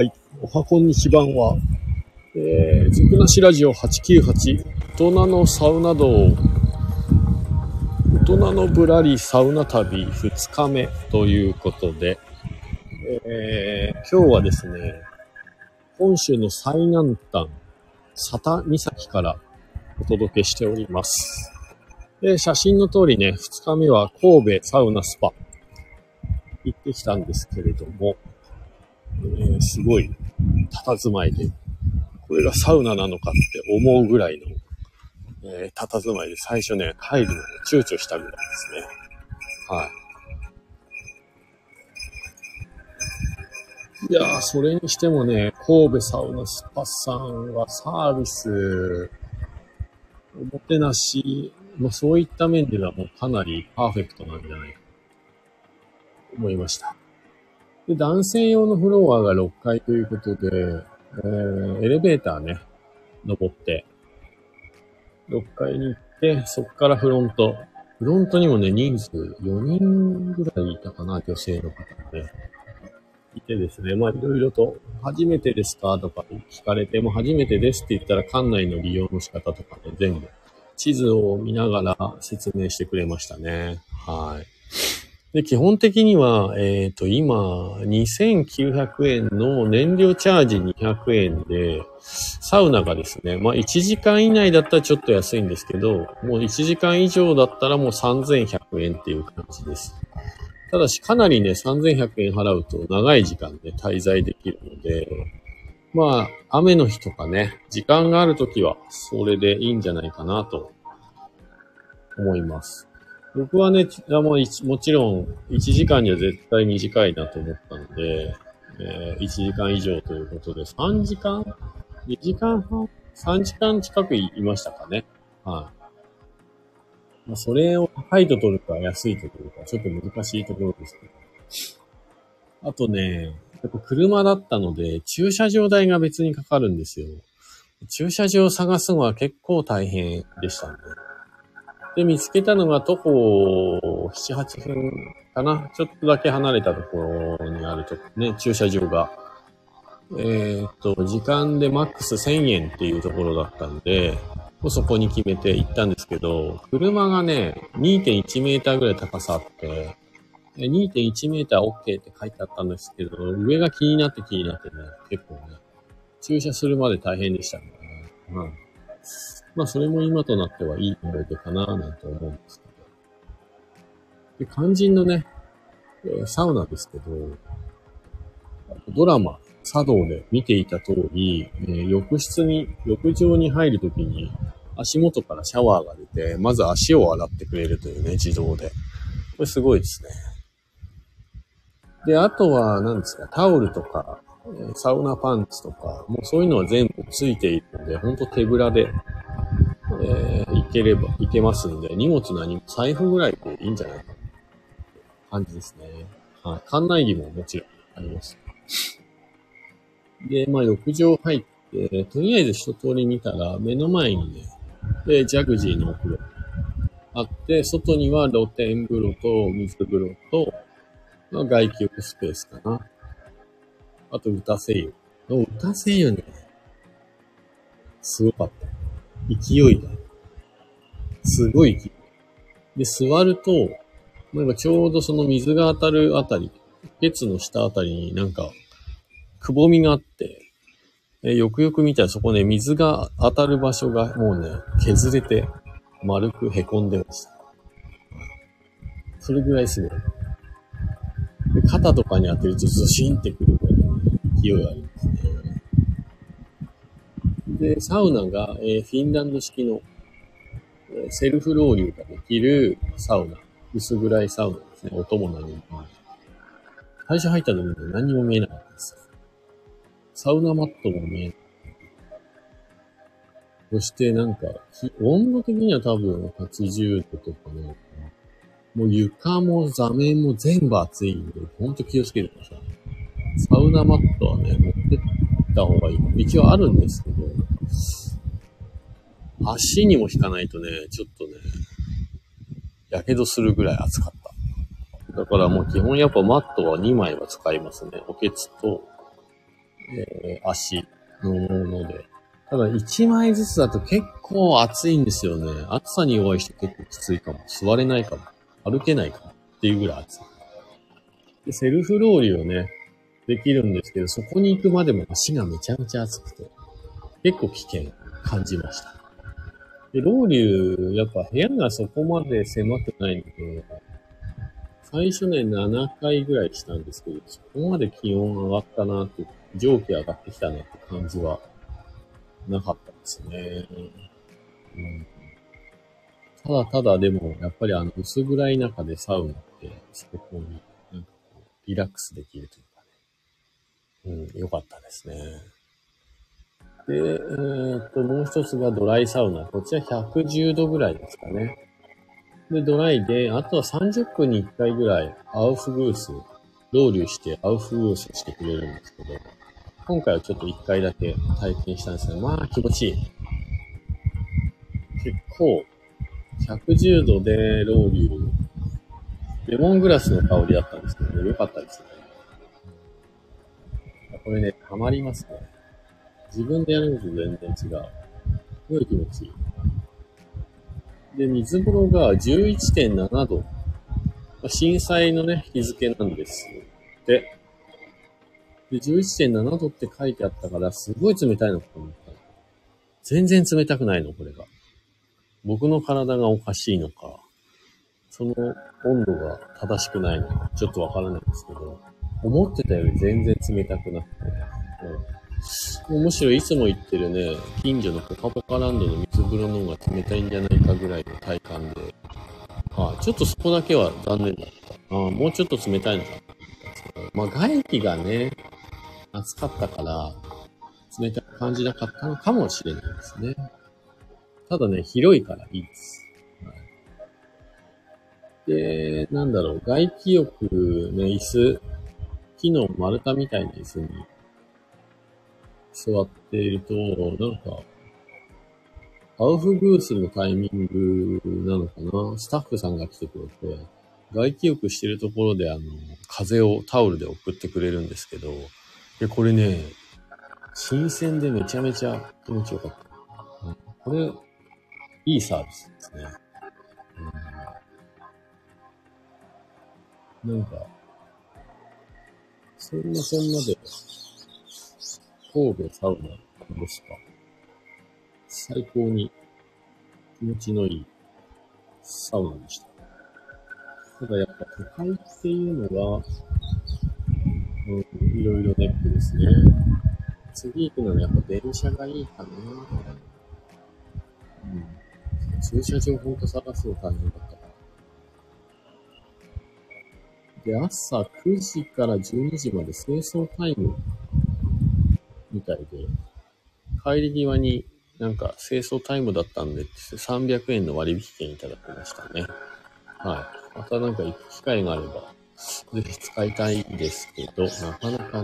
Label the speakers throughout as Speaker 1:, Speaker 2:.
Speaker 1: はい。おはこんにちばんは、ずくなしラジオ898、大人のサウナ道、大人のぶらりサウナ旅2日目ということで、今日はですね、本州の最南端、佐多岬からお届けしております。写真の通りね、2日目は神戸サウナスパ行ってきたんですけれども、すごい佇まいで、これがサウナなのかって思うぐらいの、佇まいで最初ね、入るのを躊躇したぐらいですね。はい。いやー、それにしてもね、神戸サウナスパさんはサービス、おもてなし、そういった面ではもうかなりパーフェクトなんじゃないかと思いました。で、男性用のフロアが6階ということで、エレベーターね、登って、6階に行って、そこからフロントにもね、人数4人ぐらいいたかな、女性の方がね。いてですね、いろいろと、初めてですかとか聞かれても、初めてですって言ったら、館内の利用の仕方とかね、全部、地図を見ながら説明してくれましたね。はい。で、基本的には、今、2900円の燃料チャージ200円で、サウナがですね、1時間以内だったらちょっと安いんですけど、もう1時間以上だったらもう3100円っていう感じです。ただし、かなりね、3100円払うと長い時間で滞在できるので、雨の日とかね、時間があるときは、それでいいんじゃないかなと思います。僕はね、もちろん、1時間には絶対短いなと思ったので、1時間以上ということで、3時間 ?2 時間半 ?3 時間近くいましたかね。はい。それを高いと取るか安いと取るか、ちょっと難しいところですけど。あとね、やっぱ車だったので、駐車場代が別にかかるんですよ。駐車場を探すのは結構大変でしたね。で、見つけたのが徒歩7、8分かな。ちょっとだけ離れたところにあるとね、駐車場が。時間でマックス1000円っていうところだったんで、そこに決めて行ったんですけど、車がね、2.1 メーターぐらい高さあって、2.1 メーター OK って書いてあったんですけど、上が気になってね、結構ね、駐車するまで大変でしたね。それも今となってはいい思い出かななんて思うんですけど。で、肝心のね、サウナですけど、ドラマ、茶道で見ていた通り、浴場に入るときに足元からシャワーが出て、まず足を洗ってくれるというね、自動で。これすごいですね。で、あとは、何ですか、タオルとか、サウナパンツとか、もうそういうのは全部ついているので、ほんと手ぶらで、いけますんで、荷物何も財布ぐらいでいいんじゃないかな感じですね。はい。館内着ももちろんあります。で、浴場入って、とりあえず一通り見たら、目の前にね、ジャグジーのお風呂あって、外には露天風呂と水風呂と、外気浴スペースかな。あと、打たせ湯。打たせ湯ね、すごかった。勢いが。すごい勢い。で、座ると、ちょうどその水が当たるあたり、ケツの下あたりにくぼみがあって、よくよく見たらそこね、水が当たる場所がもうね、削れて、丸く凹んでました。それぐらいすごい。で、肩とかに当てるとズシンってくるぐらいの勢いがありますね。で、サウナが、フィンランド式の、セルフロウリュができるサウナ。薄暗いサウナですね。音も何も。最初入った時に何も見えなかったです。サウナマットも見えない。そして温度的には多分80度とかね。もう床も座面も全部熱いんで、ほんと気をつけてください。サウナマットはね、持ってった方がいい。一応あるんですけど、足にも引かないとね、ちょっとね、やけどするぐらい熱かった。だからもう基本やっぱマットは2枚は使いますね。おけつと、 足のもので。ただ1枚ずつだと結構暑いんですよね。暑さに弱い人結構きついかも。座れないかも。歩けないかも。っていうぐらい暑い。で、セルフロウリュをね、できるんですけど、そこに行くまでも足がめちゃめちゃ暑くて、結構危険感じました。で、ロウリュ、やっぱ部屋がそこまで狭くないので、最初ね、7回ぐらいしたんですけど、そこまで気温上がったなって、蒸気上がってきたなって感じはなかったですね。うん、ただただでも、やっぱり薄暗い中でサウナって、そこに、なんかこう、リラックスできるというかね。良かったですね。で、もう一つがドライサウナ。こちら110度ぐらいですかね。で、ドライで、あとは30分に1回ぐらい、アウフグース、ロウリュしてアウフグースしてくれるんですけど、今回はちょっと1回だけ体験したんですけど、まあ気持ちいい。結構、110度でロウリュ、レモングラスの香りだったんですけど、よかったですね。これね、ハマりますね。自分でやるのと全然違う。すごい気持ちいい。で、水風呂が 11.7 度。震災のね、日付なんですって。で、11.7 度って書いてあったから、すごい冷たいのかと思った。全然冷たくないの、これが。僕の体がおかしいのか、その温度が正しくないのか、ちょっとわからないんですけど、思ってたより全然冷たくなくて、むしろいつも行ってるね、近所のポカポカランドの水風呂の方が冷たいんじゃないかぐらいの体感で、ちょっとそこだけは残念だった。もうちょっと冷たいのかな。まあ外気がね、暑かったから、冷たく感じなかったのかもしれないですね。ただね、広いからいいです。はい、で、なんだろう、外気浴の椅子、木の丸太みたいな椅子に座っていると、なんか、アウフグースのタイミングなのかな、スタッフさんが来てくれて、外気浴してるところで風をタオルで送ってくれるんですけど、で、これね、新鮮でめちゃめちゃ気持ちよかった。これ、いいサービスですね。なんか、そんなで、神戸サウナでした。最高に気持ちのいいサウナでした。ただやっぱ都会っていうのが、いろいろネックですね。次行くのはやっぱ電車がいいかな。駐車場ほんと探すの大変だったから。で、朝9時から12時まで清掃タイムみたいで、帰り際になんか清掃タイムだったんで300円の割引券いただきましたね。はい。またなんか行く機会があれば、ぜひ使いたいですけど、なかなか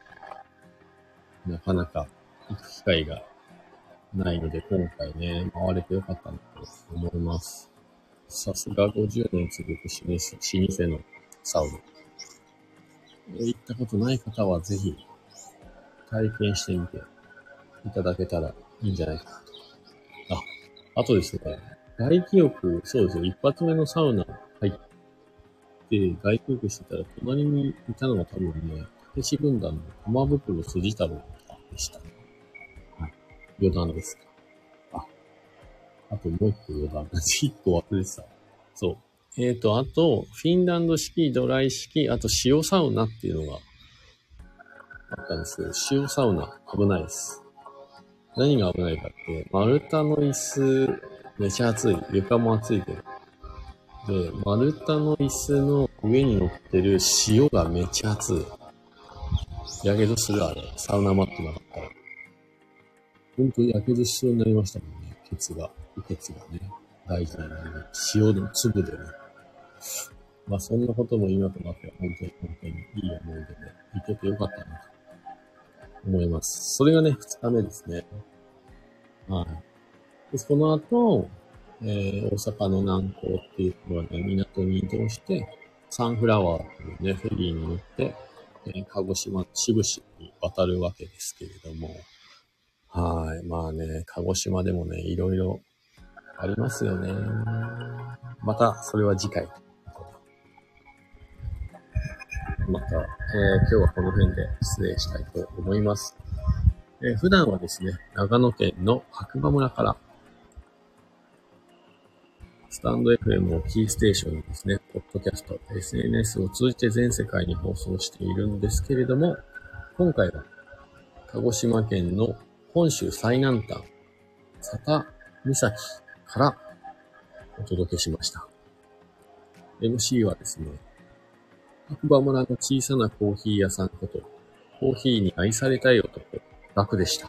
Speaker 1: 行く機会がないので、今回ね、回れてよかったなと思います。さすが50年続く老舗のサウナ。行ったことない方はぜひ体験してみていただけたらいいんじゃないかなと。あとですね、外気浴、そうですよ、一発目のサウナ入って、外気浴してたら、隣にいたのが多分ね、たけし軍団の玉袋筋太郎でしたね。はい。余談ですか。あともう一個余談。一個忘れてた。そう。あと、フィンランド式、ドライ式、あと塩サウナっていうのがあったんですけど、塩サウナ危ないです。何が危ないかって、丸太の椅子、めちゃ暑い。床も暑いけど。で、丸太の椅子の上に乗ってる塩がめちゃ熱い。やけどするあれ。サウナマットなかったら。ほんとやけどしそうになりましたもんね。ケツがね。大事なのに、塩の粒でね。まあそんなことも今となっては本当にいい思い出で、行けてよかったなと思います。それがね、2日目ですね。はい。で、その後、大阪の南港っていうところで港に移動して、サンフラワーっていうね、フェリーに乗って、 鹿児島、志布志に渡るわけですけれども、はい。まあね、鹿児島でもね、いろいろありますよね。また、それは次回。また、今日はこの辺で失礼したいと思います。普段はですね、長野県の白馬村から、スタンド FM をキーステーションにですね、ポッドキャスト、SNS を通じて全世界に放送しているんですけれども、今回は鹿児島県の本州最南端、佐多岬からお届けしました。MC はですね、白馬村の小さなコーヒー屋さんこと、コーヒーに愛されたい男、ガクでした。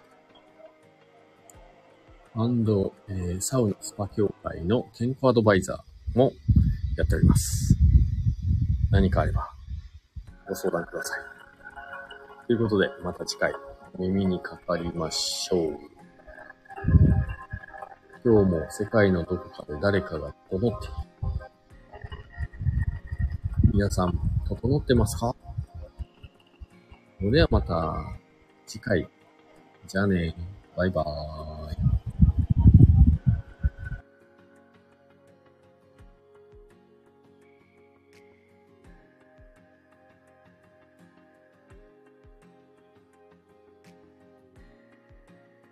Speaker 1: サウナスパ協会の健康アドバイザーもやっております。何かあればご相談ください。ということで、また次回お耳にかかりましょう。今日も世界のどこかで誰かが整っている。皆さん、整ってますか？それではまた次回。じゃあね。バイバーイ。